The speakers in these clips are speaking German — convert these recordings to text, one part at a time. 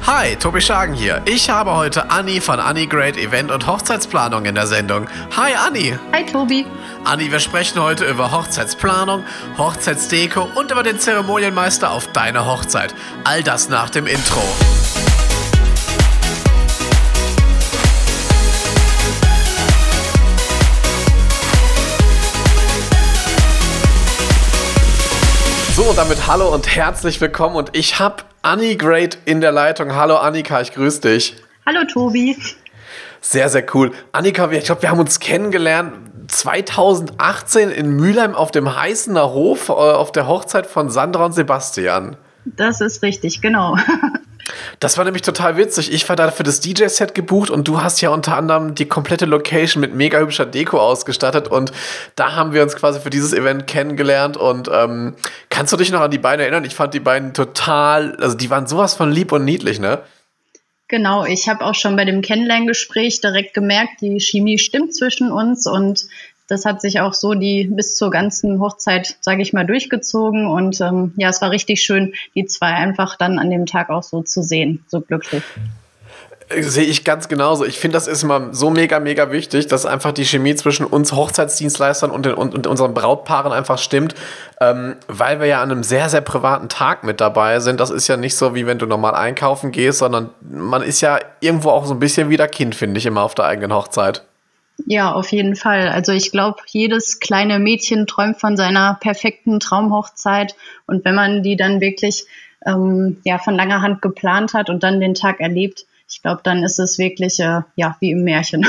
Hi, Tobi Schagen hier. Ich habe heute Anni von Anni Great Event und Hochzeitsplanung in der Sendung. Hi Anni. Hi Tobi. Anni, wir sprechen heute über Hochzeitsplanung, Hochzeitsdeko und über den Zeremonienmeister auf deiner Hochzeit. All das nach dem Intro. So, und damit hallo und herzlich willkommen. Und ich habe Anni Great in der Leitung. Hallo Annika, ich grüße dich. Hallo Tobi. Sehr, sehr cool. Annika, ich glaube, wir haben uns kennengelernt 2018 in Mülheim auf dem Heißener Hof, auf der Hochzeit von Sandra und Sebastian. Das ist richtig, genau. Das war nämlich total witzig. Ich war da für das DJ-Set gebucht und du hast ja unter anderem die komplette Location mit mega hübscher Deko ausgestattet und da haben wir uns quasi für dieses Event kennengelernt und kannst du dich noch an die beiden erinnern? Ich fand die beiden total, also die waren sowas von lieb und niedlich, ne? Genau, ich habe auch schon bei dem Kennenlerngespräch direkt gemerkt, die Chemie stimmt zwischen uns und das hat sich auch so bis zur ganzen Hochzeit, sage ich mal, durchgezogen. Und ja, es war richtig schön, die zwei einfach dann an dem Tag auch so zu sehen, so glücklich. Sehe ich ganz genauso. Ich finde, das ist immer so mega, mega wichtig, dass einfach die Chemie zwischen uns Hochzeitsdienstleistern und unseren Brautpaaren einfach stimmt, weil wir ja an einem sehr, sehr privaten Tag mit dabei sind. Das ist ja nicht so, wie wenn du normal einkaufen gehst, sondern man ist ja irgendwo auch so ein bisschen wie der Kind, finde ich, immer auf der eigenen Hochzeit. Ja, auf jeden Fall. Also ich glaube, jedes kleine Mädchen träumt von seiner perfekten Traumhochzeit. Und wenn man die dann wirklich von langer Hand geplant hat und dann den Tag erlebt, ich glaube, dann ist es wirklich wie im Märchen.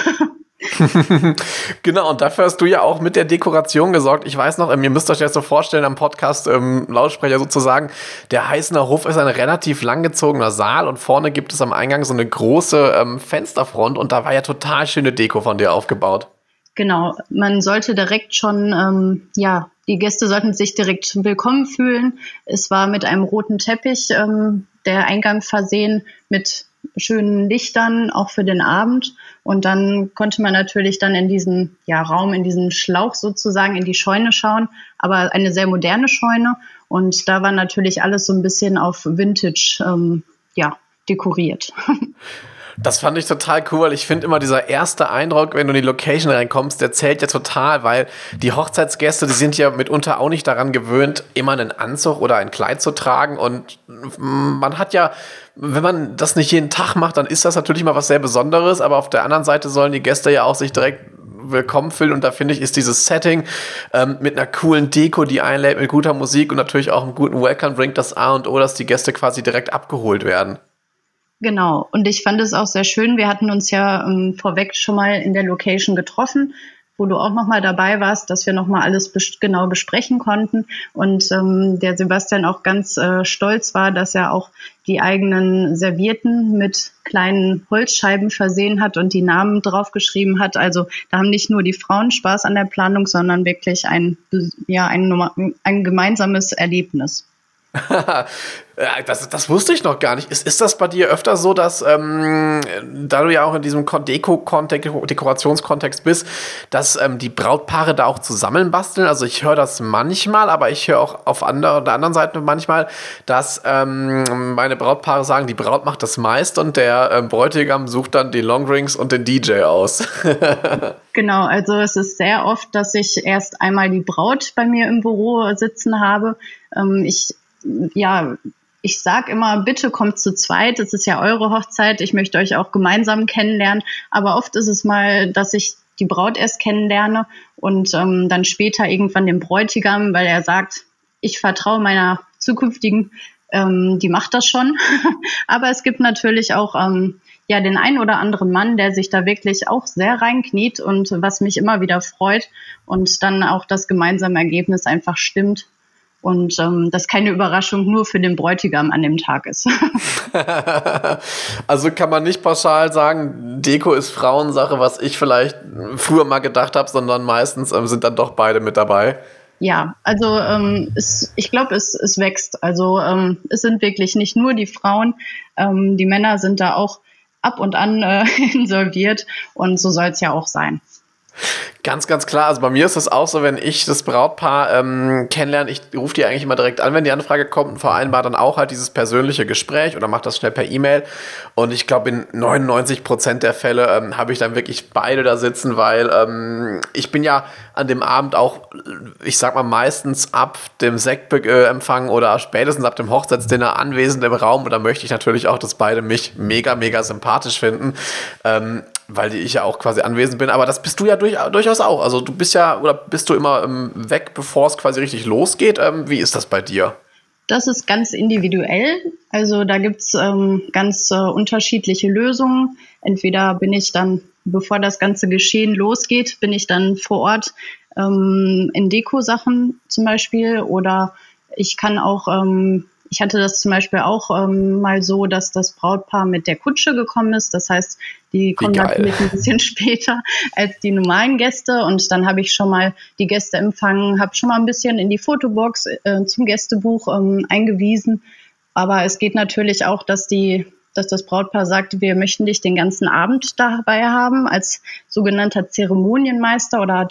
Genau, und dafür hast du ja auch mit der Dekoration gesorgt. Ich weiß noch, ihr müsst euch das so vorstellen am Podcast, Lautsprecher sozusagen, der Heißener Hof ist ein relativ langgezogener Saal und vorne gibt es am Eingang so eine große Fensterfront und da war ja total schöne Deko von dir aufgebaut. Genau, man sollte direkt schon, die Gäste sollten sich direkt willkommen fühlen. Es war mit einem roten Teppich der Eingang versehen mit schönen Lichtern, auch für den Abend. Und dann konnte man natürlich dann in diesen Raum, in diesen Schlauch sozusagen, in die Scheune schauen, aber eine sehr moderne Scheune. Und da war natürlich alles so ein bisschen auf Vintage dekoriert. Das fand ich total cool, weil ich finde immer dieser erste Eindruck, wenn du in die Location reinkommst, der zählt ja total, weil die Hochzeitsgäste, die sind ja mitunter auch nicht daran gewöhnt, immer einen Anzug oder ein Kleid zu tragen und man hat ja, wenn man das nicht jeden Tag macht, dann ist das natürlich mal was sehr Besonderes, aber auf der anderen Seite sollen die Gäste ja auch sich direkt willkommen fühlen und da finde ich, ist dieses Setting mit einer coolen Deko, die einlädt, mit guter Musik und natürlich auch einem guten Welcome-Drink das A und O, dass die Gäste quasi direkt abgeholt werden. Genau, und ich fand es auch sehr schön. Wir hatten uns ja vorweg schon mal in der Location getroffen, wo du auch nochmal dabei warst, dass wir nochmal alles genau besprechen konnten. Und der Sebastian auch ganz stolz war, dass er auch die eigenen Servietten mit kleinen Holzscheiben versehen hat und die Namen draufgeschrieben hat. Also da haben nicht nur die Frauen Spaß an der Planung, sondern wirklich ein gemeinsames Erlebnis. Das wusste ich noch gar nicht. Ist das bei dir öfter so, dass, da du ja auch in diesem Dekorationskontext bist, dass die Brautpaare da auch zusammenbasteln? Also ich höre das manchmal, aber ich höre auch auf der anderen Seite manchmal, dass meine Brautpaare sagen, die Braut macht das meiste und der Bräutigam sucht dann die Longdrinks und den DJ aus. Genau, also es ist sehr oft, dass ich erst einmal die Braut bei mir im Büro sitzen habe. Ich sag immer, bitte kommt zu zweit, es ist ja eure Hochzeit, ich möchte euch auch gemeinsam kennenlernen, aber oft ist es mal, dass ich die Braut erst kennenlerne und dann später irgendwann den Bräutigam, weil er sagt, ich vertraue meiner zukünftigen, die macht das schon, aber es gibt natürlich auch den einen oder anderen Mann, der sich da wirklich auch sehr reinkniet und was mich immer wieder freut und dann auch das gemeinsame Ergebnis einfach stimmt. Und das keine Überraschung nur für den Bräutigam an dem Tag ist. Also kann man nicht pauschal sagen, Deko ist Frauensache, was ich vielleicht früher mal gedacht habe, sondern meistens sind dann doch beide mit dabei. Ja, also ich glaube, es wächst. Also es sind wirklich nicht nur die Frauen, die Männer sind da auch ab und an involviert und so soll es ja auch sein. Ganz, ganz klar. Also bei mir ist es auch so, wenn ich das Brautpaar kennenlerne, ich rufe die eigentlich immer direkt an, wenn die Anfrage kommt und vereinbare dann auch halt dieses persönliche Gespräch oder mache das schnell per E-Mail. Und ich glaube, in 99% der Fälle habe ich dann wirklich beide da sitzen, weil ich bin ja an dem Abend auch, ich sag mal, meistens ab dem Sektempfang oder spätestens ab dem Hochzeitsdinner anwesend im Raum. Und da möchte ich natürlich auch, dass beide mich mega, mega sympathisch finden. Weil ich ja auch quasi anwesend bin. Aber das bist du ja durchaus auch. Also du bist ja, oder bist du immer weg, bevor es quasi richtig losgeht? Wie ist das bei dir? Das ist ganz individuell. Also da gibt's ganz unterschiedliche Lösungen. Entweder bin ich dann, bevor das ganze Geschehen losgeht, bin ich dann vor Ort in Deko-Sachen zum Beispiel. Oder ich kann auch ich hatte das zum Beispiel auch mal so, dass das Brautpaar mit der Kutsche gekommen ist. Das heißt, die kommen natürlich ein bisschen später als die normalen Gäste. Und dann habe ich schon mal die Gäste empfangen, habe schon mal ein bisschen in die Fotobox zum Gästebuch eingewiesen. Aber es geht natürlich auch, dass das Brautpaar sagt, wir möchten dich den ganzen Abend dabei haben als sogenannter Zeremonienmeister oder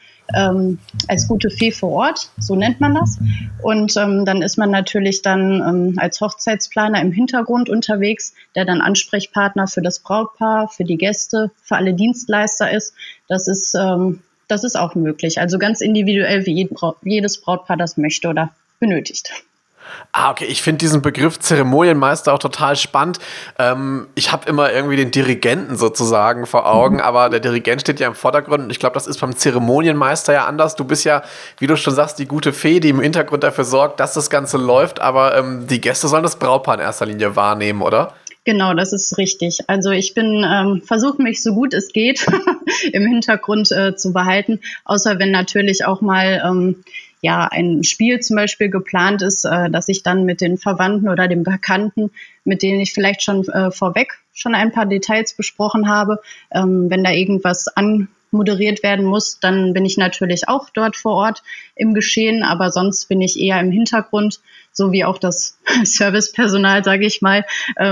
als gute Fee vor Ort, so nennt man das. Und dann ist man natürlich dann als Hochzeitsplaner im Hintergrund unterwegs, der dann Ansprechpartner für das Brautpaar, für die Gäste, für alle Dienstleister ist. Das ist auch möglich. Also ganz individuell, wie jedes Brautpaar das möchte oder benötigt. Okay, ich finde diesen Begriff Zeremonienmeister auch total spannend. Ich habe immer irgendwie den Dirigenten sozusagen vor Augen, aber der Dirigent steht ja im Vordergrund und ich glaube, das ist beim Zeremonienmeister ja anders. Du bist ja, wie du schon sagst, die gute Fee, die im Hintergrund dafür sorgt, dass das Ganze läuft, aber die Gäste sollen das Brautpaar in erster Linie wahrnehmen, oder? Genau, das ist richtig. Also ich versuche mich so gut es geht im Hintergrund zu behalten, außer wenn natürlich auch mal ein Spiel zum Beispiel geplant ist, dass ich dann mit den Verwandten oder den Bekannten, mit denen ich vielleicht schon vorweg schon ein paar Details besprochen habe, wenn da irgendwas anmoderiert werden muss, dann bin ich natürlich auch dort vor Ort im Geschehen, aber sonst bin ich eher im Hintergrund, so wie auch das Servicepersonal, sage ich mal.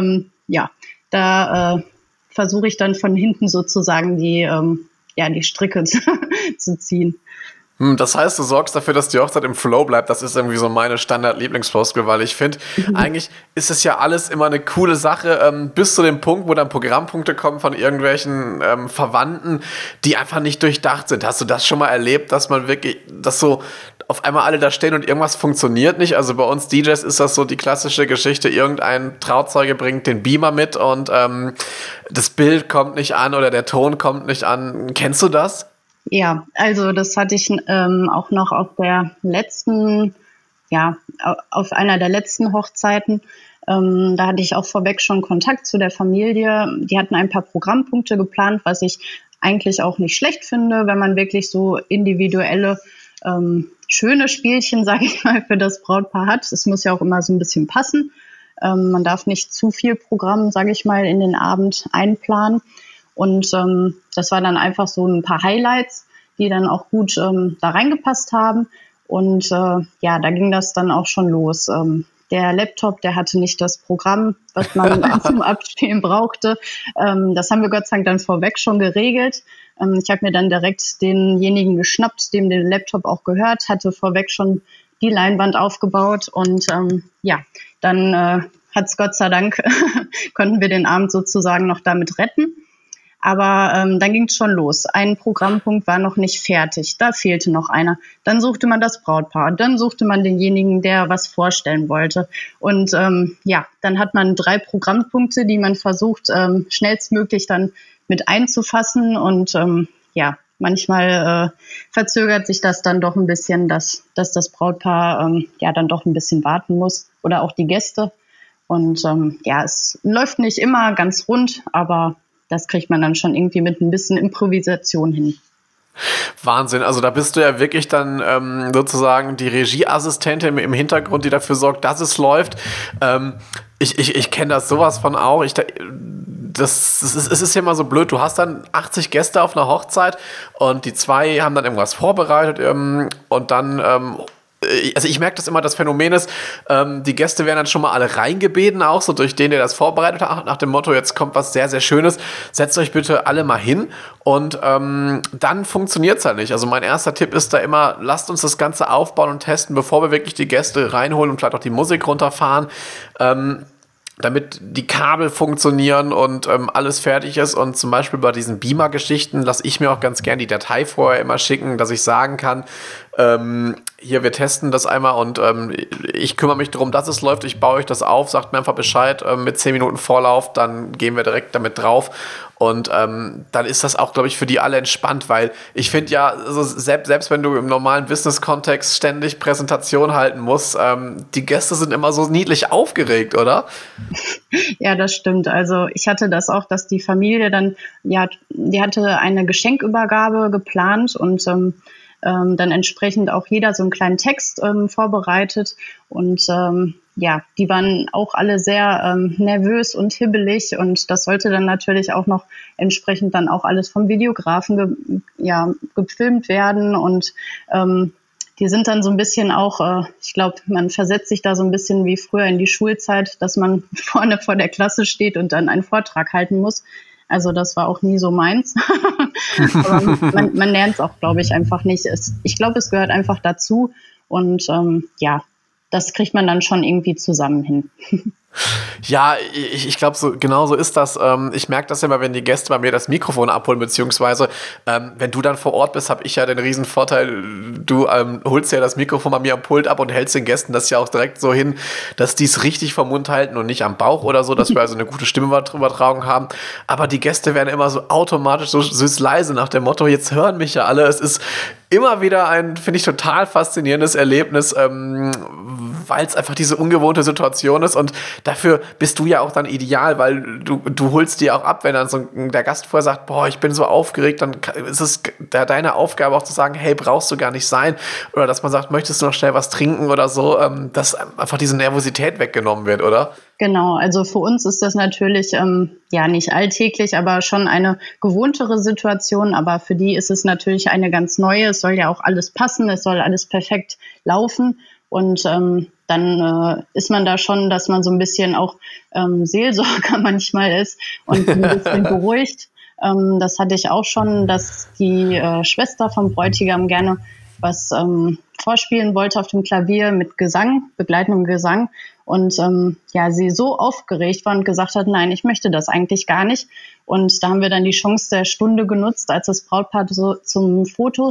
Da versuche ich dann von hinten sozusagen die Stricke zu ziehen. Das heißt, du sorgst dafür, dass die Hochzeit im Flow bleibt. Das ist irgendwie so meine Standard-Lieblingsfloskel, weil ich finde, eigentlich ist es ja alles immer eine coole Sache, bis zu dem Punkt, wo dann Programmpunkte kommen von irgendwelchen Verwandten, die einfach nicht durchdacht sind. Hast du das schon mal erlebt, dass man wirklich, dass so auf einmal alle da stehen und irgendwas funktioniert nicht? Also bei uns DJs ist das so die klassische Geschichte, irgendein Trauzeuge bringt den Beamer mit und das Bild kommt nicht an oder der Ton kommt nicht an. Kennst du das? Ja, also das hatte ich auch noch auf auf einer der letzten Hochzeiten. Da hatte ich auch vorweg schon Kontakt zu der Familie. Die hatten ein paar Programmpunkte geplant, was ich eigentlich auch nicht schlecht finde, wenn man wirklich so individuelle, schöne Spielchen, sage ich mal, für das Brautpaar hat. Es muss ja auch immer so ein bisschen passen. Man darf nicht zu viel Programm, sage ich mal, in den Abend einplanen. Und das war dann einfach so ein paar Highlights, die dann auch gut da reingepasst haben. Und da ging das dann auch schon los. Der Laptop, der hatte nicht das Programm, was man zum Abspielen brauchte. Das haben wir Gott sei Dank dann vorweg schon geregelt. Ich habe mir dann direkt denjenigen geschnappt, dem der Laptop auch gehört, hatte vorweg schon die Leinwand aufgebaut. Und dann hat's Gott sei Dank, konnten wir den Abend sozusagen noch damit retten. Aber dann ging es schon los. Ein Programmpunkt war noch nicht fertig. Da fehlte noch einer. Dann suchte man das Brautpaar. Dann suchte man denjenigen, der was vorstellen wollte. Und dann hat man 3 Programmpunkte, die man versucht, schnellstmöglich dann mit einzufassen. Und manchmal verzögert sich das dann doch ein bisschen, dass das Brautpaar dann doch ein bisschen warten muss. Oder auch die Gäste. Und es läuft nicht immer ganz rund, aber das kriegt man dann schon irgendwie mit ein bisschen Improvisation hin. Wahnsinn, also da bist du ja wirklich dann sozusagen die Regieassistentin im Hintergrund, die dafür sorgt, dass es läuft. Ich kenne das sowas von auch. Es ist ja immer so blöd, du hast dann 80 Gäste auf einer Hochzeit und die 2 haben dann irgendwas vorbereitet und dann also ich merke das immer, das Phänomen ist, die Gäste werden dann schon mal alle reingebeten, auch so durch den, der das vorbereitet hat, nach dem Motto, jetzt kommt was sehr, sehr Schönes, setzt euch bitte alle mal hin und dann funktioniert es halt nicht. Also mein erster Tipp ist da immer, lasst uns das Ganze aufbauen und testen, bevor wir wirklich die Gäste reinholen und vielleicht auch die Musik runterfahren. Damit die Kabel funktionieren und alles fertig ist. Und zum Beispiel bei diesen Beamer-Geschichten lasse ich mir auch ganz gern die Datei vorher immer schicken, dass ich sagen kann, hier, wir testen das einmal und ich kümmere mich darum, dass es läuft. Ich baue euch das auf, sagt mir einfach Bescheid mit 10 Minuten Vorlauf, dann gehen wir direkt damit drauf. Und dann ist das auch, glaube ich, für die alle entspannt, weil ich finde ja, also selbst wenn du im normalen Business-Kontext ständig Präsentation halten musst, die Gäste sind immer so niedlich aufgeregt, oder? Ja, das stimmt. Also ich hatte das auch, dass die Familie dann, ja, die hatte eine Geschenkübergabe geplant und dann entsprechend auch jeder so einen kleinen Text vorbereitet und ja, die waren auch alle sehr nervös und hibbelig und das sollte dann natürlich auch noch entsprechend dann auch alles vom Videografen gefilmt werden und die sind dann so ein bisschen auch, ich glaube, man versetzt sich da so ein bisschen wie früher in die Schulzeit, dass man vorne vor der Klasse steht und dann einen Vortrag halten muss. Also das war auch nie so meins. Aber man lernt es auch, glaube ich, einfach nicht. Ich glaube, es gehört einfach dazu. Und ja, das kriegt man dann schon irgendwie zusammen hin. Ja, ich glaube, genau so ist das. Ich merke das ja immer, wenn die Gäste bei mir das Mikrofon abholen, beziehungsweise wenn du dann vor Ort bist, habe ich ja den riesen Vorteil, du holst ja das Mikrofon bei mir am Pult ab und hältst den Gästen das ja auch direkt so hin, dass die es richtig vom Mund halten und nicht am Bauch oder so, dass wir also eine gute Stimmübertragung haben. Aber die Gäste werden immer so automatisch so süß leise nach dem Motto, jetzt hören mich ja alle. Es ist immer wieder ein, finde ich, total faszinierendes Erlebnis, weil es einfach diese ungewohnte Situation ist und dafür bist du ja auch dann ideal, weil du holst dir auch ab, wenn dann so der Gast vorher sagt, boah, ich bin so aufgeregt, dann ist es deine Aufgabe auch zu sagen, hey, brauchst du gar nicht sein oder dass man sagt, möchtest du noch schnell was trinken oder so, dass einfach diese Nervosität weggenommen wird, oder? Genau, also für uns ist das natürlich ja nicht alltäglich, aber schon eine gewohntere Situation. Aber für die ist es natürlich eine ganz neue. Es soll ja auch alles passen, es soll alles perfekt laufen. Und dann ist man da schon, dass man so ein bisschen auch Seelsorger manchmal ist und ein bisschen beruhigt. Das hatte ich auch schon, dass die Schwester vom Bräutigam gerne was vorspielen wollte auf dem Klavier mit Gesang, begleitendem Gesang. Und ja, sie so aufgeregt war und gesagt hat, nein, ich möchte das eigentlich gar nicht. Und da haben wir dann die Chance der Stunde genutzt, als das Brautpaar so zum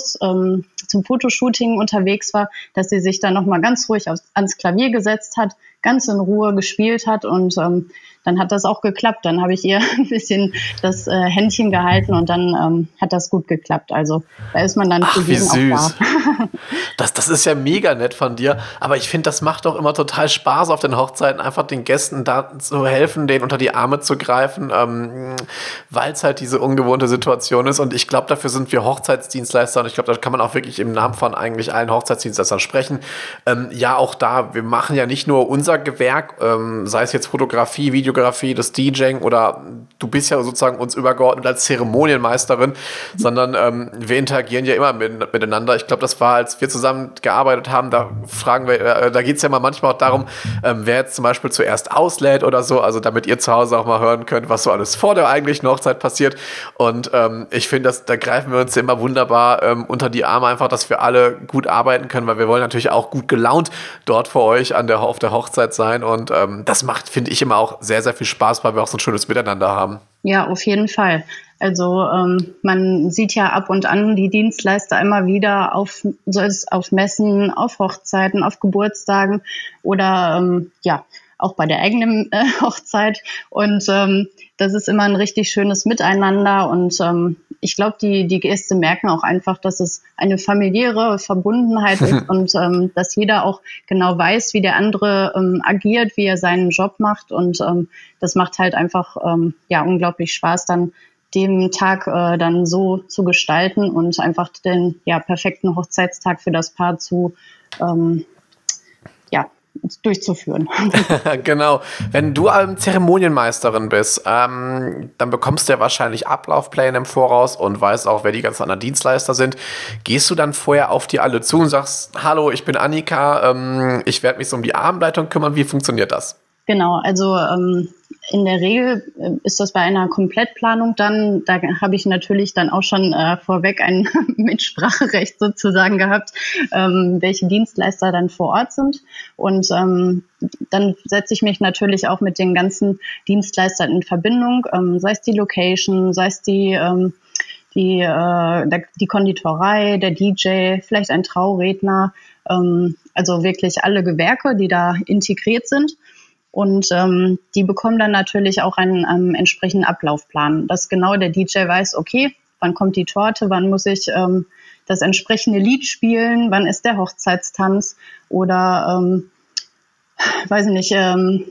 Fotoshooting unterwegs war, dass sie sich dann nochmal ganz ruhig ans Klavier gesetzt hat, ganz in Ruhe gespielt hat und dann hat das auch geklappt. Dann habe ich ihr ein bisschen das Händchen gehalten und dann hat das gut geklappt. Also da ist man dann Ach, wie süß. auch da. Das ist ja mega nett von dir, aber ich finde, das macht doch immer total Spaß auf den Hochzeiten, einfach den Gästen da zu helfen, denen unter die Arme zu greifen, weil es halt diese ungewohnte Situation ist und ich glaube, dafür sind wir Hochzeitsdienstleister und ich glaube, da kann man auch wirklich im Namen von eigentlich allen Hochzeitsdienstleistern sprechen. Ja, auch da, wir machen ja nicht nur unser Gewerk, sei es jetzt Fotografie, Videografie, das DJing oder du bist ja sozusagen uns übergeordnet als Zeremonienmeisterin, sondern wir interagieren ja immer miteinander. Ich glaube, das war, als wir zusammen gearbeitet haben, da geht es ja mal manchmal auch darum, wer jetzt zum Beispiel zuerst auslädt oder so, also damit ihr zu Hause auch mal hören könnt, was so alles vor der eigentlichen Hochzeit passiert. Und ich finde, da greifen wir uns immer wunderbar unter die Arme, einfach, dass wir alle gut arbeiten können, weil wir wollen natürlich auch gut gelaunt dort vor euch auf der Hochzeit sein. Und das macht, finde ich, immer auch sehr, sehr viel Spaß, weil wir auch so ein schönes Miteinander haben. Ja, auf jeden Fall. Also man sieht ja ab und an die Dienstleister immer wieder auf Messen, auf Hochzeiten, auf Geburtstagen oder ja, auch bei der eigenen Hochzeit. Und das ist immer ein richtig schönes Miteinander. Und ich glaube, die Gäste merken auch einfach, dass es eine familiäre Verbundenheit ist und dass jeder auch genau weiß, wie der andere agiert, wie er seinen Job macht. Und das macht halt einfach ja unglaublich Spaß, dann dem Tag dann so zu gestalten und einfach den perfekten Hochzeitstag für das Paar zu durchzuführen. Genau. Wenn du Zeremonienmeisterin bist, dann bekommst du ja wahrscheinlich Ablaufpläne im Voraus und weißt auch, wer die ganzen anderen Dienstleister sind. Gehst du dann vorher auf die alle zu und sagst, hallo, ich bin Annika, ich werde mich so um die Abendleitung kümmern. Wie funktioniert das? Genau, also in der Regel ist das bei einer Komplettplanung dann, da habe ich natürlich dann auch schon vorweg ein Mitspracherecht sozusagen gehabt, welche Dienstleister dann vor Ort sind. Und dann setze ich mich natürlich auch mit den ganzen Dienstleistern in Verbindung, sei es die Location, sei es die Konditorei, der DJ, vielleicht ein Trauredner, also wirklich alle Gewerke, die da integriert sind. Und die bekommen dann natürlich auch einen entsprechenden Ablaufplan, dass genau der DJ weiß, okay, wann kommt die Torte, wann muss ich das entsprechende Lied spielen, wann ist der Hochzeitstanz oder weiß ich nicht,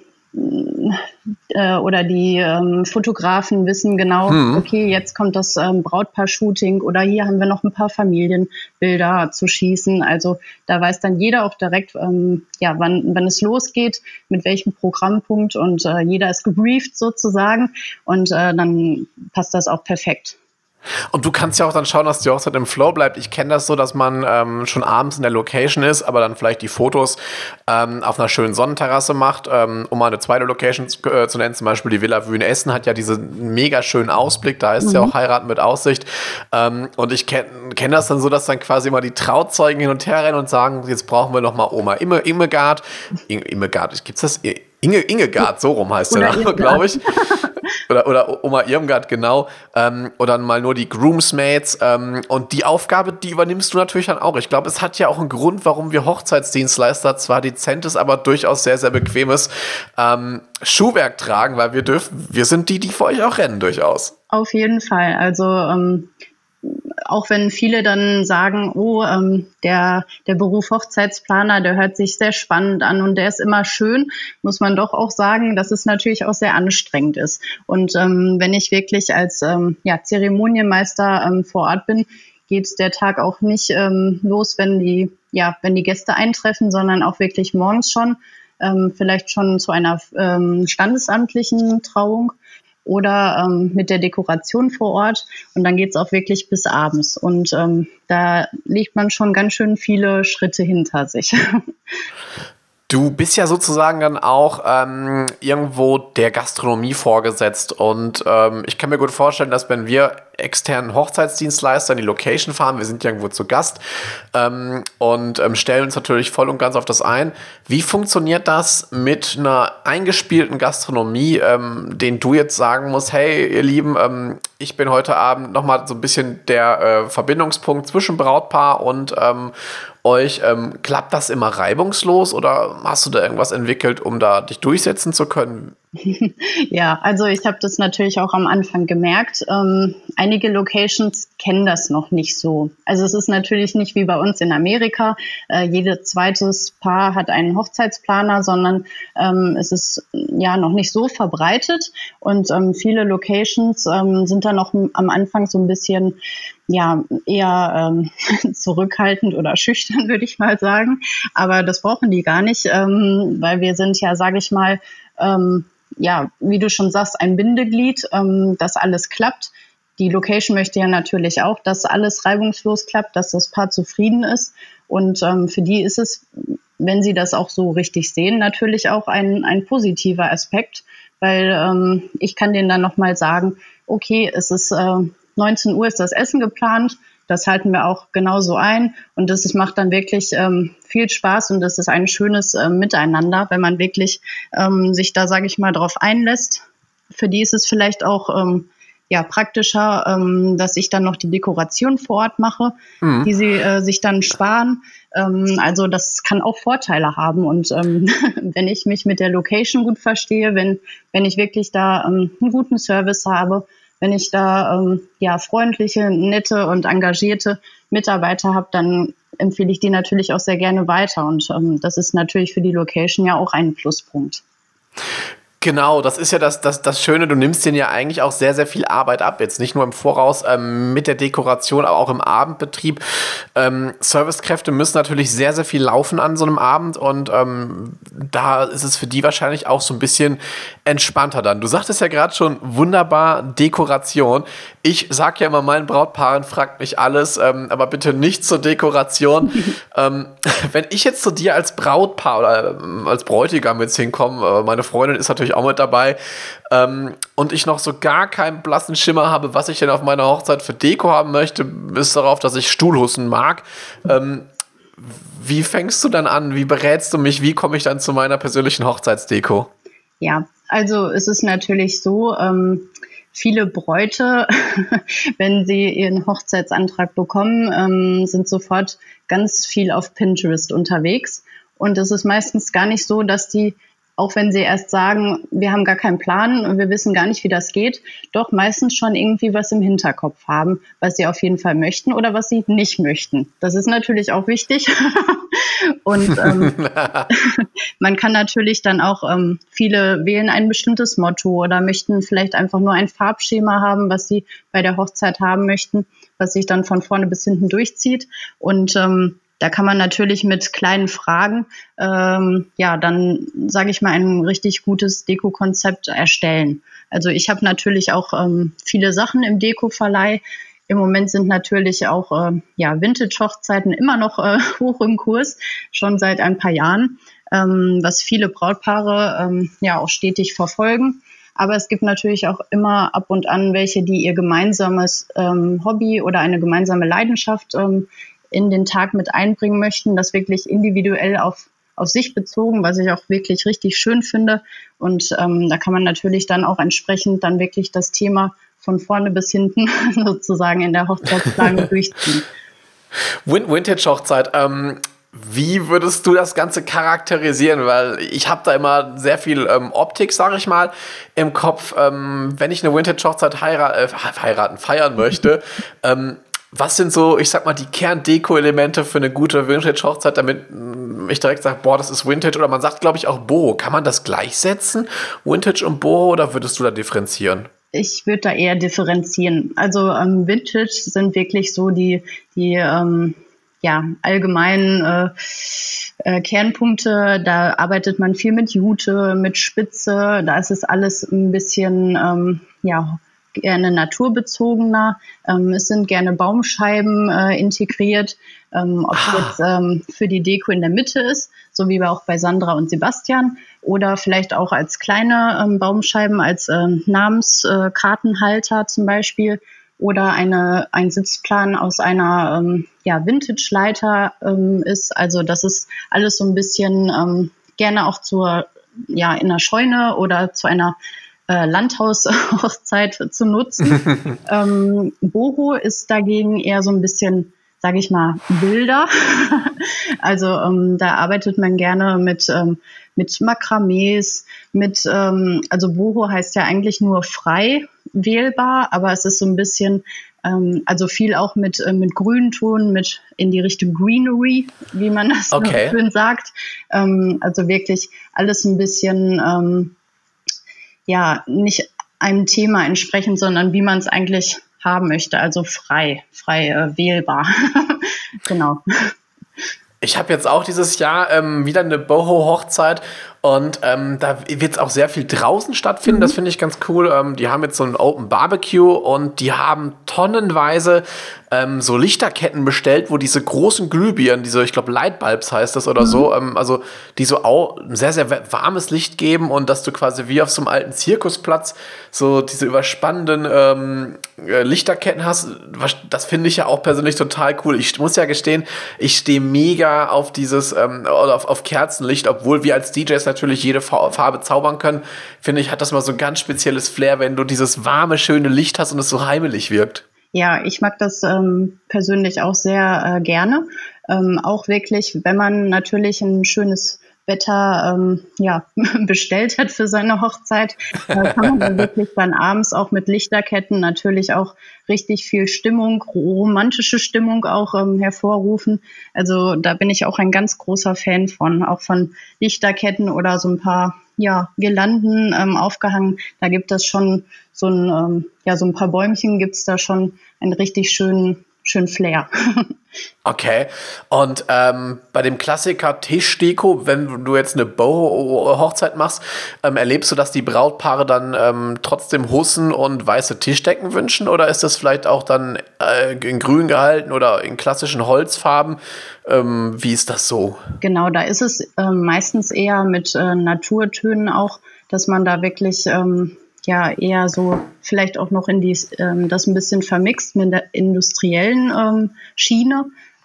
oder die Fotografen wissen genau, okay, jetzt kommt das Brautpaar-Shooting oder hier haben wir noch ein paar Familienbilder zu schießen. Also da weiß dann jeder auch direkt, wann es losgeht, mit welchem Programmpunkt und jeder ist gebrieft sozusagen und dann passt das auch perfekt. Und du kannst ja auch dann schauen, dass die Hochzeit im Flow bleibt. Ich kenne das so, dass man schon abends in der Location ist, aber dann vielleicht die Fotos auf einer schönen Sonnenterrasse macht, um mal eine zweite Location zu nennen. Zum Beispiel die Villa Wüen Essen hat ja diesen mega schönen Ausblick. Da ist ja auch Heiraten mit Aussicht. Und ich kenn das dann so, dass dann quasi immer die Trauzeugen hin und her rennen und sagen, jetzt brauchen wir noch mal Oma Immegard. Immegard, gibt's das? Ingegard, so rum heißt der Name, glaube ich. Oder Oma Irmgard, genau. Oder mal nur die Groomsmates. Und die Aufgabe, die übernimmst du natürlich dann auch. Ich glaube, es hat ja auch einen Grund, warum wir Hochzeitsdienstleister zwar dezentes, aber durchaus sehr, sehr bequemes Schuhwerk tragen, weil wir sind die für euch auch rennen durchaus. Auf jeden Fall. Also auch wenn viele dann sagen, der Beruf Hochzeitsplaner, der hört sich sehr spannend an und der ist immer schön, muss man doch auch sagen, dass es natürlich auch sehr anstrengend ist. Und wenn ich wirklich als Zeremonienmeister vor Ort bin, geht der Tag auch nicht los, wenn die Gäste eintreffen, sondern auch wirklich morgens schon, vielleicht schon zu einer standesamtlichen Trauung oder mit der Dekoration vor Ort. Und dann geht's auch wirklich bis abends. Und da legt man schon ganz schön viele Schritte hinter sich. Du bist ja sozusagen dann auch irgendwo der Gastronomie vorgesetzt. Und ich kann mir gut vorstellen, dass wenn wir externen Hochzeitsdienstleister in die Location fahren, wir sind ja irgendwo zu Gast und stellen uns natürlich voll und ganz auf das ein. Wie funktioniert das mit einer eingespielten Gastronomie, den du jetzt sagen musst, hey ihr Lieben, ich bin heute Abend nochmal so ein bisschen der Verbindungspunkt zwischen Brautpaar und euch. Klappt das immer reibungslos oder hast du da irgendwas entwickelt, um da dich durchsetzen zu können? Ja, also ich habe das natürlich auch am Anfang gemerkt. Einige Locations kennen das noch nicht so. Also es ist natürlich nicht wie bei uns in Amerika. Jedes zweites Paar hat einen Hochzeitsplaner, sondern es ist ja noch nicht so verbreitet. Und viele Locations sind da noch am Anfang so ein bisschen eher zurückhaltend oder schüchtern, würde ich mal sagen. Aber das brauchen die gar nicht, weil wir sind ja, sage ich mal, wie du schon sagst, ein Bindeglied, dass alles klappt. Die Location möchte ja natürlich auch, dass alles reibungslos klappt, dass das Paar zufrieden ist. Und für die ist es, wenn sie das auch so richtig sehen, natürlich auch ein positiver Aspekt, weil ich kann denen dann nochmal sagen, okay, es ist 19 Uhr ist das Essen geplant, das halten wir auch genauso ein und das macht dann wirklich viel Spaß und das ist ein schönes Miteinander, wenn man wirklich sich da, sage ich mal, drauf einlässt. Für die ist es vielleicht auch praktischer, dass ich dann noch die Dekoration vor Ort mache, die sie sich dann sparen. Also das kann auch Vorteile haben und wenn ich mich mit der Location gut verstehe, wenn ich wirklich da einen guten Service habe, wenn ich da freundliche, nette und engagierte Mitarbeiter habe, dann empfehle ich die natürlich auch sehr gerne weiter. Und das ist natürlich für die Location ja auch ein Pluspunkt. Genau, das ist ja das Schöne, du nimmst denen ja eigentlich auch sehr, sehr viel Arbeit ab. Jetzt nicht nur im Voraus mit der Dekoration, aber auch im Abendbetrieb. Servicekräfte müssen natürlich sehr, sehr viel laufen an so einem Abend und da ist es für die wahrscheinlich auch so ein bisschen entspannter dann. Du sagtest ja gerade schon, wunderbar Dekoration. Ich sag ja immer meinen Brautpaaren, fragt mich alles, aber bitte nicht zur Dekoration. Wenn ich jetzt zu dir als Brautpaar oder als Bräutigam jetzt hinkomme, meine Freundin ist natürlich auch mit dabei, und ich noch so gar keinen blassen Schimmer habe, was ich denn auf meiner Hochzeit für Deko haben möchte, bis darauf, dass ich Stuhlhussen mag. Wie fängst du dann an? Wie berätst du mich? Wie komme ich dann zu meiner persönlichen Hochzeitsdeko? Ja, also es ist natürlich so, viele Bräute, wenn sie ihren Hochzeitsantrag bekommen, sind sofort ganz viel auf Pinterest unterwegs. Und es ist meistens gar nicht so, dass die, auch wenn sie erst sagen, wir haben gar keinen Plan und wir wissen gar nicht, wie das geht, doch meistens schon irgendwie was im Hinterkopf haben, was sie auf jeden Fall möchten oder was sie nicht möchten. Das ist natürlich auch wichtig. Und man kann natürlich dann auch, viele wählen ein bestimmtes Motto oder möchten vielleicht einfach nur ein Farbschema haben, was sie bei der Hochzeit haben möchten, was sich dann von vorne bis hinten durchzieht. Und da kann man natürlich mit kleinen Fragen, dann, sage ich mal, ein richtig gutes Deko-Konzept erstellen. Also ich habe natürlich auch viele Sachen im Deko-Verleih. Im Moment sind natürlich auch Vintage-Hochzeiten immer noch hoch im Kurs, schon seit ein paar Jahren, was viele Brautpaare auch stetig verfolgen. Aber es gibt natürlich auch immer ab und an welche, die ihr gemeinsames Hobby oder eine gemeinsame Leidenschaft in den Tag mit einbringen möchten, das wirklich individuell auf sich bezogen, was ich auch wirklich richtig schön finde. Und da kann man natürlich dann auch entsprechend dann wirklich das Thema von vorne bis hinten sozusagen in der Hochzeitsplanung durchziehen. Vintage-Hochzeit, wie würdest du das Ganze charakterisieren? Weil ich habe da immer sehr viel Optik, sage ich mal, im Kopf. Wenn ich eine Vintage-Hochzeit feiern möchte, was sind so, ich sag mal, die Kern-Deko-Elemente für eine gute Vintage-Hochzeit, damit ich direkt sage, boah, das ist Vintage? Oder man sagt, glaube ich, auch Boho. Kann man das gleichsetzen, Vintage und Boho, oder würdest du da differenzieren? Ich würde da eher differenzieren. Also Vintage sind wirklich so die allgemeinen Kernpunkte. Da arbeitet man viel mit Jute, mit Spitze. Da ist es alles ein bisschen gerne naturbezogener. Es sind gerne Baumscheiben integriert. Ob jetzt für die Deko in der Mitte ist, so wie auch bei Sandra und Sebastian, oder vielleicht auch als kleine Baumscheiben, als Namenskartenhalter zum Beispiel, oder ein Sitzplan aus einer Vintage-Leiter ist. Also das ist alles so ein bisschen gerne auch in der Scheune oder zu einer Landhaushochzeit zu nutzen. Boho ist dagegen eher so ein bisschen, sage ich mal, wilder. Also da arbeitet man gerne mit Makramees, also Boho heißt ja eigentlich nur frei wählbar, aber es ist so ein bisschen, also viel auch mit Grünton, mit in die Richtung Greenery, wie man das so schön sagt. Also wirklich alles ein bisschen nicht einem Thema entsprechend, sondern wie man es eigentlich haben möchte, also frei wählbar. Genau. Ich habe jetzt auch dieses Jahr wieder eine Boho-Hochzeit und da wird es auch sehr viel draußen stattfinden. Das finde ich ganz cool. Die haben jetzt so ein Open Barbecue und die haben tonnenweise so Lichterketten bestellt, wo diese großen Glühbirnen, ich glaube Lightbulbs heißt das oder so, also die so auch ein sehr, sehr warmes Licht geben und dass du quasi wie auf so einem alten Zirkusplatz so diese überspannenden Lichterketten hast. Das finde ich ja auch persönlich total cool. Ich muss ja gestehen, ich stehe mega auf dieses oder auf Kerzenlicht, obwohl wir als DJs natürlich jede Farbe zaubern können. Finde ich, hat das mal so ein ganz spezielles Flair, wenn du dieses warme, schöne Licht hast und es so heimelig wirkt. Ja, ich mag das persönlich auch sehr gerne. Auch wirklich, wenn man natürlich ein schönes Wetter bestellt hat für seine Hochzeit, kann man dann wirklich dann abends auch mit Lichterketten natürlich auch richtig viel Stimmung, romantische Stimmung auch hervorrufen. Also da bin ich auch ein ganz großer Fan von, auch von Lichterketten oder so ein paar Girlanden aufgehangen. Da gibt es schon so ein paar Bäumchen, gibt's da schon einen richtig schönen Flair. Okay. Und bei dem Klassiker Tischdeko, wenn du jetzt eine Boho-Hochzeit machst, erlebst du, dass die Brautpaare dann trotzdem Hussen und weiße Tischdecken wünschen? Oder ist das vielleicht auch dann in grün gehalten oder in klassischen Holzfarben? Wie ist das so? Genau, da ist es meistens eher mit Naturtönen auch, dass man da wirklich eher so vielleicht auch noch in das ein bisschen vermixt mit der industriellen Schiene.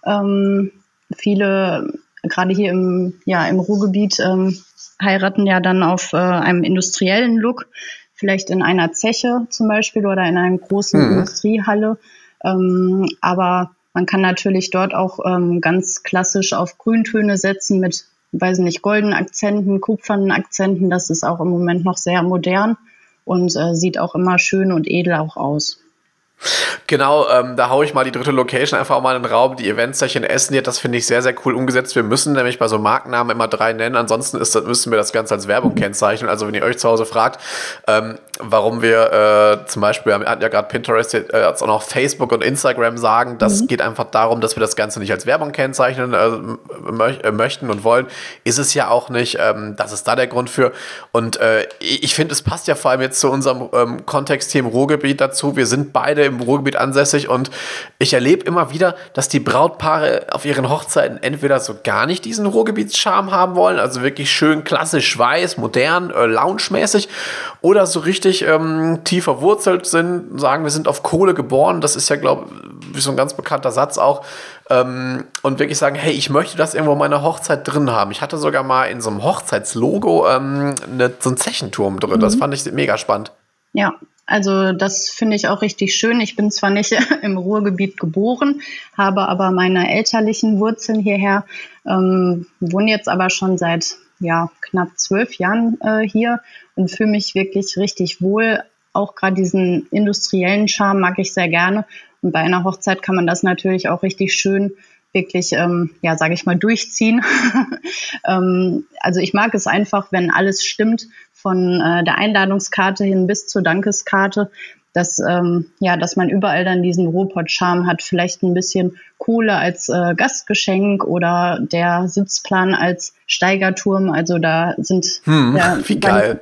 Viele, gerade hier im Ruhrgebiet, heiraten ja dann auf einem industriellen Look, vielleicht in einer Zeche zum Beispiel oder in einer großen Industriehalle. Aber man kann natürlich dort auch ganz klassisch auf Grüntöne setzen mit, weiß nicht, goldenen Akzenten, kupfernen Akzenten. Das ist auch im Moment noch sehr modern und sieht auch immer schön und edel auch aus. Genau, da haue ich mal die dritte Location einfach mal in den Raum, die Eventzeche in Essen. Das finde ich sehr, sehr cool umgesetzt. Wir müssen nämlich bei so Markennamen immer 3 nennen, ansonsten müssen wir das Ganze als Werbung kennzeichnen. Also wenn ihr euch zu Hause fragt, warum wir zum Beispiel, wir hatten ja gerade Pinterest, jetzt auch noch Facebook und Instagram sagen, das geht einfach darum, dass wir das Ganze nicht als Werbung kennzeichnen möchten und wollen. Ist es ja auch nicht. Das ist da der Grund für. Und ich finde, es passt ja vor allem jetzt zu unserem Kontext hier im Ruhrgebiet dazu. Wir sind beide im Ruhrgebiet ansässig und ich erlebe immer wieder, dass die Brautpaare auf ihren Hochzeiten entweder so gar nicht diesen Ruhrgebietscharme haben wollen, also wirklich schön klassisch weiß, modern, lounge-mäßig, oder so richtig tief verwurzelt sind, sagen, wir sind auf Kohle geboren, das ist ja, glaube ich, so ein ganz bekannter Satz auch, und wirklich sagen, hey, ich möchte das irgendwo in meiner Hochzeit drin haben. Ich hatte sogar mal in so einem Hochzeitslogo so einen Zechenturm drin, das fand ich mega spannend. Ja, also das finde ich auch richtig schön. Ich bin zwar nicht im Ruhrgebiet geboren, habe aber meine elterlichen Wurzeln hierher, wohne jetzt aber schon seit knapp 12 Jahren hier und fühle mich wirklich richtig wohl. Auch gerade diesen industriellen Charme mag ich sehr gerne. Und bei einer Hochzeit kann man das natürlich auch richtig schön wirklich, sage ich mal, durchziehen. Also ich mag es einfach, wenn alles stimmt, von der Einladungskarte hin bis zur Dankeskarte, dass man überall dann diesen Ruhrpott-Charme hat. Vielleicht ein bisschen Kohle als Gastgeschenk oder der Sitzplan als Steigerturm. Also da sind wie geil.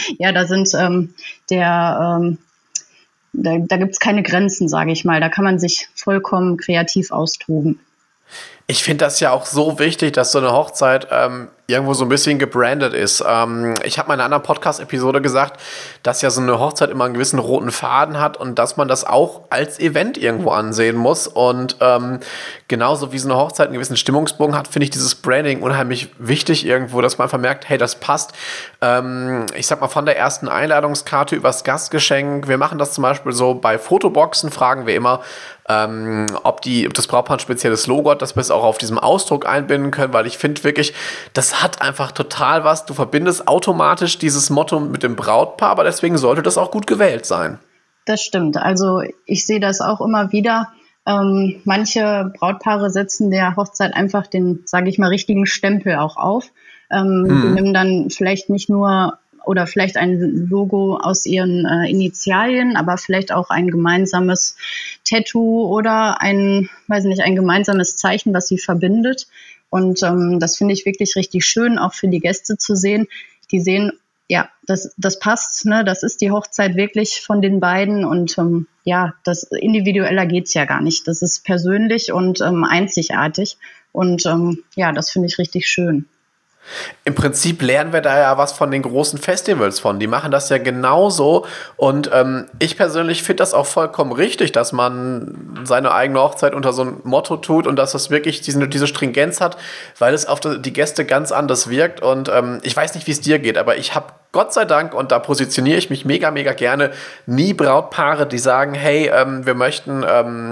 Da gibt's keine Grenzen, sage ich mal. Da kann man sich vollkommen kreativ austoben. Ich finde das ja auch so wichtig, dass so eine Hochzeit irgendwo so ein bisschen gebrandet ist. Ich habe mal in einer anderen Podcast-Episode gesagt, dass ja so eine Hochzeit immer einen gewissen roten Faden hat und dass man das auch als Event irgendwo ansehen muss. Und genauso wie so eine Hochzeit einen gewissen Stimmungsbogen hat, finde ich dieses Branding unheimlich wichtig irgendwo, dass man einfach merkt, hey, das passt. Ich sag mal, von der ersten Einladungskarte übers Gastgeschenk. Wir machen das zum Beispiel so bei Fotoboxen, fragen wir immer, ob das Brautpaar ein spezielles Logo hat, dass wir es auch auf diesem Ausdruck einbinden können, weil ich finde wirklich, das hat einfach total was. Du verbindest automatisch dieses Motto mit dem Brautpaar, aber deswegen sollte das auch gut gewählt sein. Das stimmt. Also ich sehe das auch immer wieder. Manche Brautpaare setzen der Hochzeit einfach den, sage ich mal, richtigen Stempel auch auf. Die nehmen dann vielleicht nicht nur oder vielleicht ein Logo aus ihren Initialien, aber vielleicht auch ein gemeinsames Tattoo oder ein gemeinsames Zeichen, was sie verbindet. Und das finde ich wirklich richtig schön, auch für die Gäste zu sehen. Die sehen, ja, das passt, ne? Das ist die Hochzeit wirklich von den beiden und das individueller geht's ja gar nicht. Das ist persönlich und einzigartig und das finde ich richtig schön. Im Prinzip lernen wir da ja was von den großen Festivals von. Die machen das ja genauso. Und ich persönlich finde das auch vollkommen richtig, dass man seine eigene Hochzeit unter so ein Motto tut und dass das wirklich diese Stringenz hat, weil es auf die Gäste ganz anders wirkt. Und ich weiß nicht, wie es dir geht, aber ich habe Gott sei Dank, und da positioniere ich mich mega, mega gerne, nie Brautpaare, die sagen, hey, wir möchten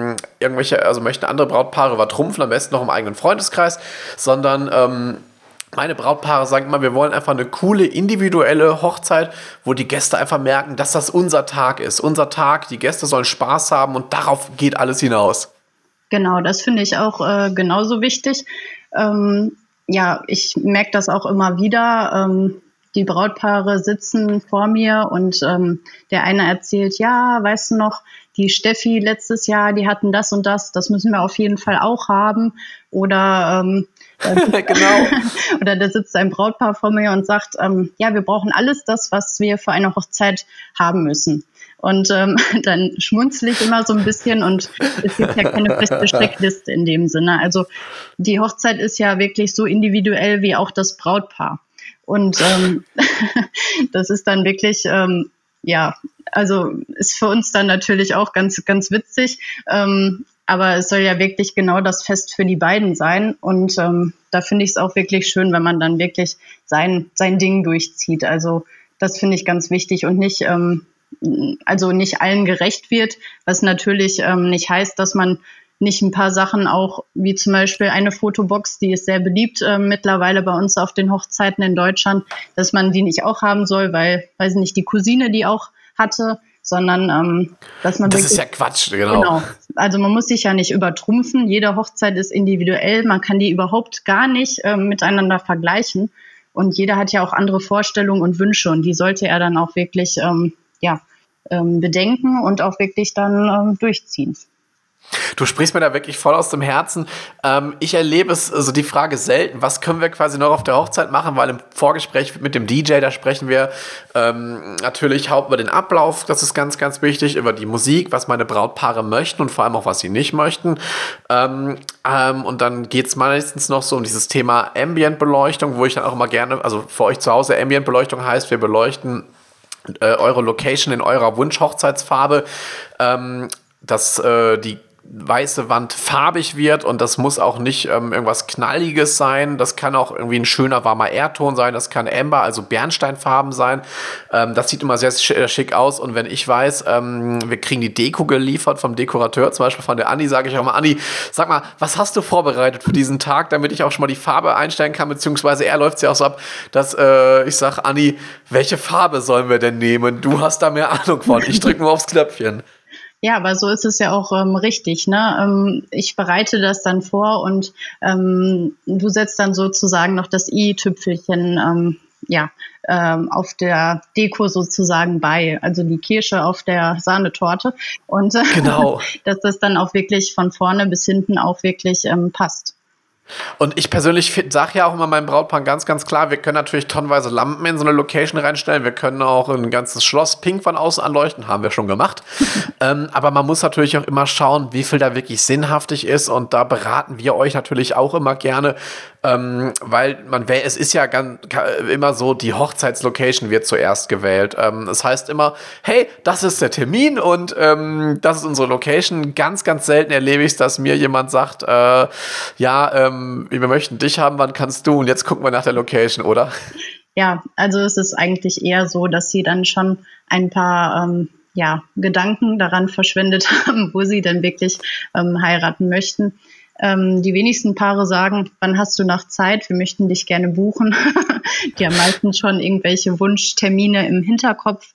möchten andere Brautpaare übertrumpfen, am besten noch im eigenen Freundeskreis, sondern Meine Brautpaare sagen immer, wir wollen einfach eine coole, individuelle Hochzeit, wo die Gäste einfach merken, dass das unser Tag ist. Unser Tag, die Gäste sollen Spaß haben und darauf geht alles hinaus. Genau, das finde ich auch genauso wichtig. Ja, ich merke das auch immer wieder. Die Brautpaare sitzen vor mir und der eine erzählt, ja, weißt du noch, die Steffi letztes Jahr, die hatten das und das müssen wir auf jeden Fall auch haben. Oder Genau. oder da sitzt ein Brautpaar vor mir und sagt, ja, wir brauchen alles das, was wir für eine Hochzeit haben müssen. Und dann schmunzle ich immer so ein bisschen und es gibt ja keine feste Steckliste in dem Sinne. Also die Hochzeit ist ja wirklich so individuell wie auch das Brautpaar. Und das ist dann wirklich, ja, also ist für uns dann natürlich auch ganz, ganz witzig. Aber es soll ja wirklich genau das Fest für die beiden sein. Und da finde ich es auch wirklich schön, wenn man dann wirklich sein Ding durchzieht. Also das finde ich ganz wichtig und nicht, also nicht allen gerecht wird, was natürlich nicht heißt, dass man nicht ein paar Sachen auch, wie zum Beispiel eine Fotobox, die ist sehr beliebt mittlerweile bei uns auf den Hochzeiten in Deutschland, dass man die nicht auch haben soll, weil, weiß nicht, die Cousine die auch hatte, sondern dass man Das wirklich, ist ja Quatsch, genau. Also man muss sich ja nicht übertrumpfen. Jede Hochzeit ist individuell. Man kann die überhaupt gar nicht miteinander vergleichen. Und jeder hat ja auch andere Vorstellungen und Wünsche. Und die sollte er dann auch wirklich bedenken und auch wirklich dann durchziehen. Du sprichst mir da wirklich voll aus dem Herzen. Ich erlebe es, also die Frage selten, was können wir quasi noch auf der Hochzeit machen, weil im Vorgespräch mit dem DJ, da sprechen wir natürlich hauptsächlich über den Ablauf, das ist ganz, ganz wichtig, über die Musik, was meine Brautpaare möchten und vor allem auch, was sie nicht möchten. Und dann geht es meistens noch so um dieses Thema Ambient-Beleuchtung, wo ich dann auch immer gerne, also für euch zu Hause, Ambient-Beleuchtung heißt, wir beleuchten eure Location in eurer Wunsch-Hochzeitsfarbe, dass die weiße Wand farbig wird und das muss auch nicht irgendwas Knalliges sein. Das kann auch irgendwie ein schöner, warmer Erdton sein. Das kann Amber, also Bernsteinfarben sein. Das sieht immer sehr schick aus. Und wenn ich weiß, wir kriegen die Deko geliefert vom Dekorateur, zum Beispiel von der Anni, sage ich auch mal, Anni, sag mal, was hast du vorbereitet für diesen Tag, damit ich auch schon mal die Farbe einstellen kann, beziehungsweise er läuft es ja auch so ab, dass ich sage, Anni, welche Farbe sollen wir denn nehmen? Du hast da mehr Ahnung von. Ich drücke nur aufs Knöpfchen. Ja, aber so ist es ja auch richtig, ne? Ich bereite das dann vor und du setzt dann sozusagen noch das i-Tüpfelchen auf der Deko sozusagen bei, also die Kirsche auf der Sahnetorte und genau. Dass das dann auch wirklich von vorne bis hinten auch wirklich passt. Und ich persönlich sage ja auch immer meinem Brautpaar ganz, ganz klar, wir können natürlich tonnenweise Lampen in so eine Location reinstellen, wir können auch ein ganzes Schloss pink von außen anleuchten, haben wir schon gemacht. Aber man muss natürlich auch immer schauen, wie viel da wirklich sinnhaftig ist und da beraten wir euch natürlich auch immer gerne, weil es ist ja immer so, die Hochzeitslocation wird zuerst gewählt. Das heißt immer, hey, das ist der Termin und das ist unsere Location. Ganz, ganz selten erlebe ich es, dass mir jemand sagt, wir möchten dich haben, wann kannst du? Und jetzt gucken wir nach der Location, oder? Ja, also es ist eigentlich eher so, dass sie dann schon ein paar Gedanken daran verschwendet haben, wo sie denn wirklich heiraten möchten. Die wenigsten Paare sagen, wann hast du noch Zeit? Wir möchten dich gerne buchen. Die haben meistens schon irgendwelche Wunschtermine im Hinterkopf.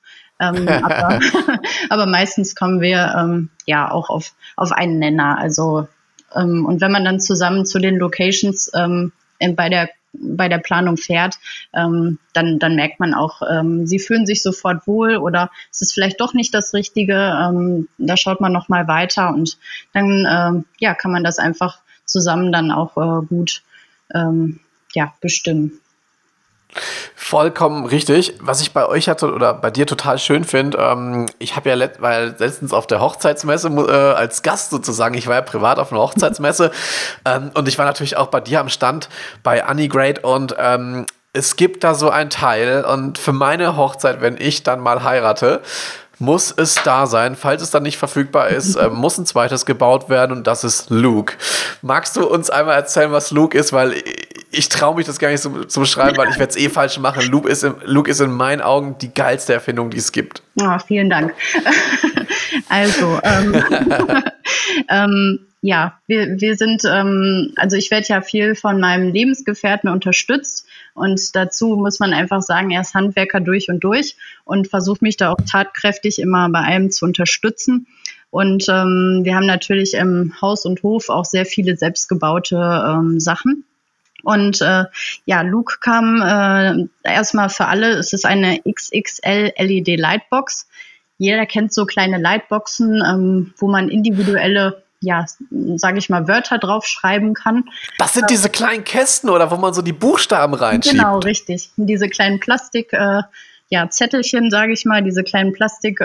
Aber meistens kommen wir auch auf einen Nenner. Also und wenn man dann zusammen zu den Locations bei der Planung fährt, dann merkt man auch, sie fühlen sich sofort wohl oder es ist vielleicht doch nicht das Richtige. Da schaut man noch mal weiter und dann kann man das einfach zusammen dann auch gut bestimmen. Vollkommen richtig. Was ich bei euch hatte oder bei dir total schön finde, ich habe ja letztens auf der Hochzeitsmesse als Gast sozusagen, ich war ja privat auf einer Hochzeitsmesse und ich war natürlich auch bei dir am Stand bei Anni Great und es gibt da so ein Teil und für meine Hochzeit, wenn ich dann mal heirate, muss es da sein. Falls es dann nicht verfügbar ist, muss ein zweites gebaut werden und das ist Luke. Magst du uns einmal erzählen, was Luke ist? Weil ich traue mich das gar nicht so zu beschreiben, weil ich werde es falsch machen. Luke ist in meinen Augen die geilste Erfindung, die es gibt. Oh, vielen Dank. Also, ja, wir sind, also ich werde ja viel von meinem Lebensgefährten unterstützt und dazu muss man einfach sagen, er ist Handwerker durch und versucht mich da auch tatkräftig immer bei allem zu unterstützen. Und wir haben natürlich im Haus und Hof auch sehr viele selbstgebaute Sachen. Und ja, Luke kam erstmal für alle, es ist eine XXL LED Lightbox. Jeder kennt so kleine Lightboxen, wo man individuelle, ja, sage ich mal, Wörter draufschreiben kann. Das sind diese kleinen Kästen, oder wo man so die Buchstaben reinschiebt? Genau, richtig. Diese kleinen Plastik, ja, Zettelchen, sage ich mal, diese kleinen Plastik,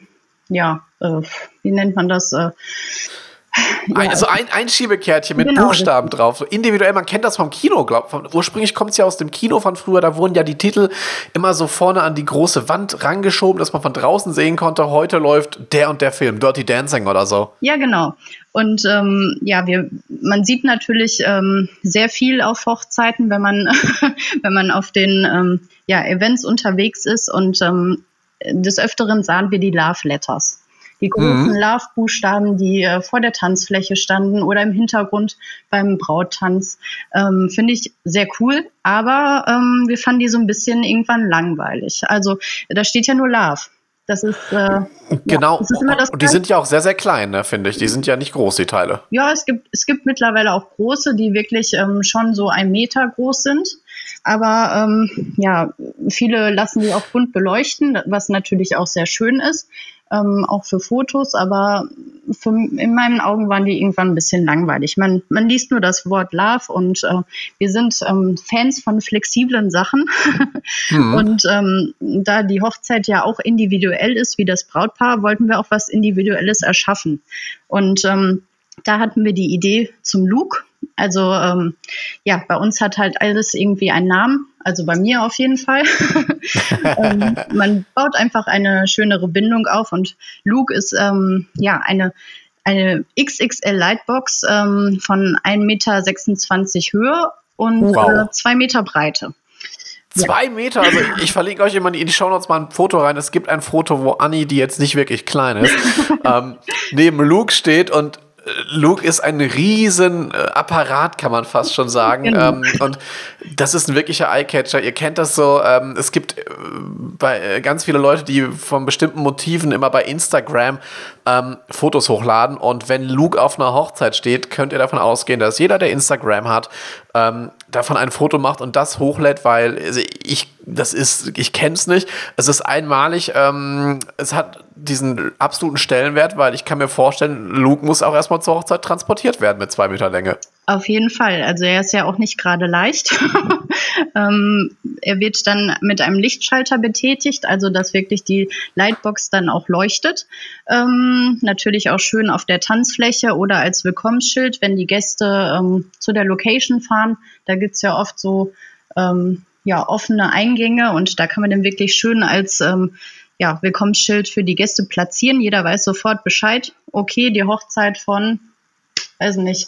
wie nennt man das? Also ein Schiebekärtchen mit Genau, Buchstaben drauf. So individuell, man kennt das vom Kino, ursprünglich kommt es ja aus dem Kino von früher, da wurden ja die Titel immer so vorne an die große Wand rangeschoben, dass man von draußen sehen konnte, heute läuft der und der Film, Dirty Dancing oder so. Ja, genau. Und man sieht natürlich sehr viel auf Hochzeiten, wenn man, wenn man auf den Events unterwegs ist. Und des Öfteren sahen wir die Love Letters. Die großen Love-Buchstaben, die vor der Tanzfläche standen oder im Hintergrund beim Brauttanz, finde ich sehr cool. Aber wir fanden die so ein bisschen irgendwann langweilig. Also da steht ja nur Love. Das ist genau. Das ist immer das und die sind ja auch sehr, sehr klein, ne, finde ich. Die sind ja nicht groß, die Teile. Ja, es gibt mittlerweile auch große, die wirklich schon so 1 Meter groß sind. Aber viele lassen die auch bunt beleuchten, was natürlich auch sehr schön ist. Auch für Fotos, aber in meinen Augen waren die irgendwann ein bisschen langweilig. Man liest nur das Wort Love und wir sind Fans von flexiblen Sachen. Und da die Hochzeit ja auch individuell ist, wie das Brautpaar, wollten wir auch was Individuelles erschaffen. Und da hatten wir die Idee zum Look. Also bei uns hat halt alles irgendwie einen Namen, also bei mir auf jeden Fall. Man baut einfach eine schönere Bindung auf und Luke ist eine XXL Lightbox von 1,26 Meter Höhe und 2 Meter Breite. 2 Meter, also ich verlinke euch immer in die Shownotes mal ein Foto rein. Es gibt ein Foto, wo Anni, die jetzt nicht wirklich klein ist, neben Luke steht und Luke ist ein riesen Apparat, kann man fast schon sagen. Genau. Und das ist ein wirklicher Eyecatcher. Ihr kennt das so, es gibt bei ganz viele Leute, die von bestimmten Motiven immer bei Instagram Fotos hochladen. Und wenn Luke auf einer Hochzeit steht, könnt ihr davon ausgehen, dass jeder, der Instagram hat, davon ein Foto macht und das hochlädt, weil ich kenne es nicht. Es ist einmalig, es hat diesen absoluten Stellenwert, weil ich kann mir vorstellen, Luke muss auch erstmal zur Hochzeit transportiert werden mit 2 Meter Länge. Auf jeden Fall. Also er ist ja auch nicht gerade leicht. Er wird dann mit einem Lichtschalter betätigt, also dass wirklich die Lightbox dann auch leuchtet. Natürlich auch schön auf der Tanzfläche oder als Willkommensschild, wenn die Gäste zu der Location fahren. Da gibt's ja oft so offene Eingänge und da kann man dann wirklich schön als Willkommensschild für die Gäste platzieren. Jeder weiß sofort Bescheid. Okay, die Hochzeit von, weiß nicht,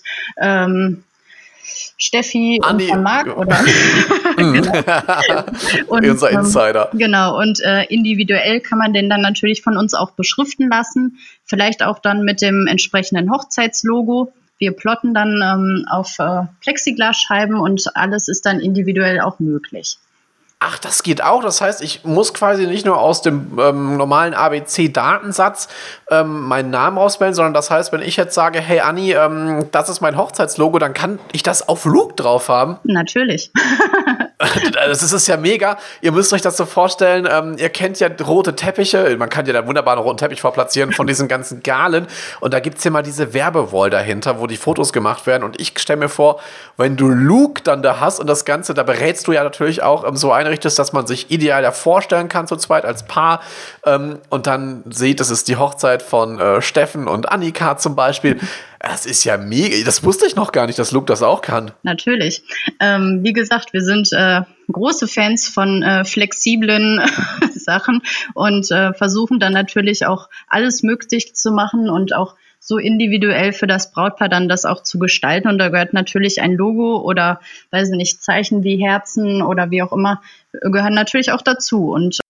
Steffi Andi und von Marc oder genau. Und, unser Insider. Genau, und individuell kann man den dann natürlich von uns auch beschriften lassen, vielleicht auch dann mit dem entsprechenden Hochzeitslogo. Wir plotten dann auf Plexiglasscheiben und alles ist dann individuell auch möglich. Ach, das geht auch. Das heißt, ich muss quasi nicht nur aus dem normalen ABC-Datensatz meinen Namen auswählen, sondern das heißt, wenn ich jetzt sage, hey Anni, das ist mein Hochzeitslogo, dann kann ich das auf Luke drauf haben. Natürlich. Das ist ja mega. Ihr müsst euch das so vorstellen, ihr kennt ja rote Teppiche, man kann ja da wunderbar einen roten Teppich vorplatzieren von diesen ganzen Galen und da gibt es ja mal diese Werbewall dahinter, wo die Fotos gemacht werden und ich stelle mir vor, wenn du Luke dann da hast und das Ganze, da berätst du ja natürlich auch so einrichtest, dass man sich ideal ja vorstellen kann zu zweit als Paar und dann sieht, das ist die Hochzeit von Steffen und Annika zum Beispiel. Das ist ja mega. Das wusste ich noch gar nicht, dass Luke das auch kann. Natürlich. Wie gesagt, wir sind große Fans von flexiblen Sachen und versuchen dann natürlich auch alles möglich zu machen und auch so individuell für das Brautpaar dann das auch zu gestalten. Und da gehört natürlich ein Logo oder, weiß ich nicht, Zeichen wie Herzen oder wie auch immer, gehören natürlich auch dazu. Und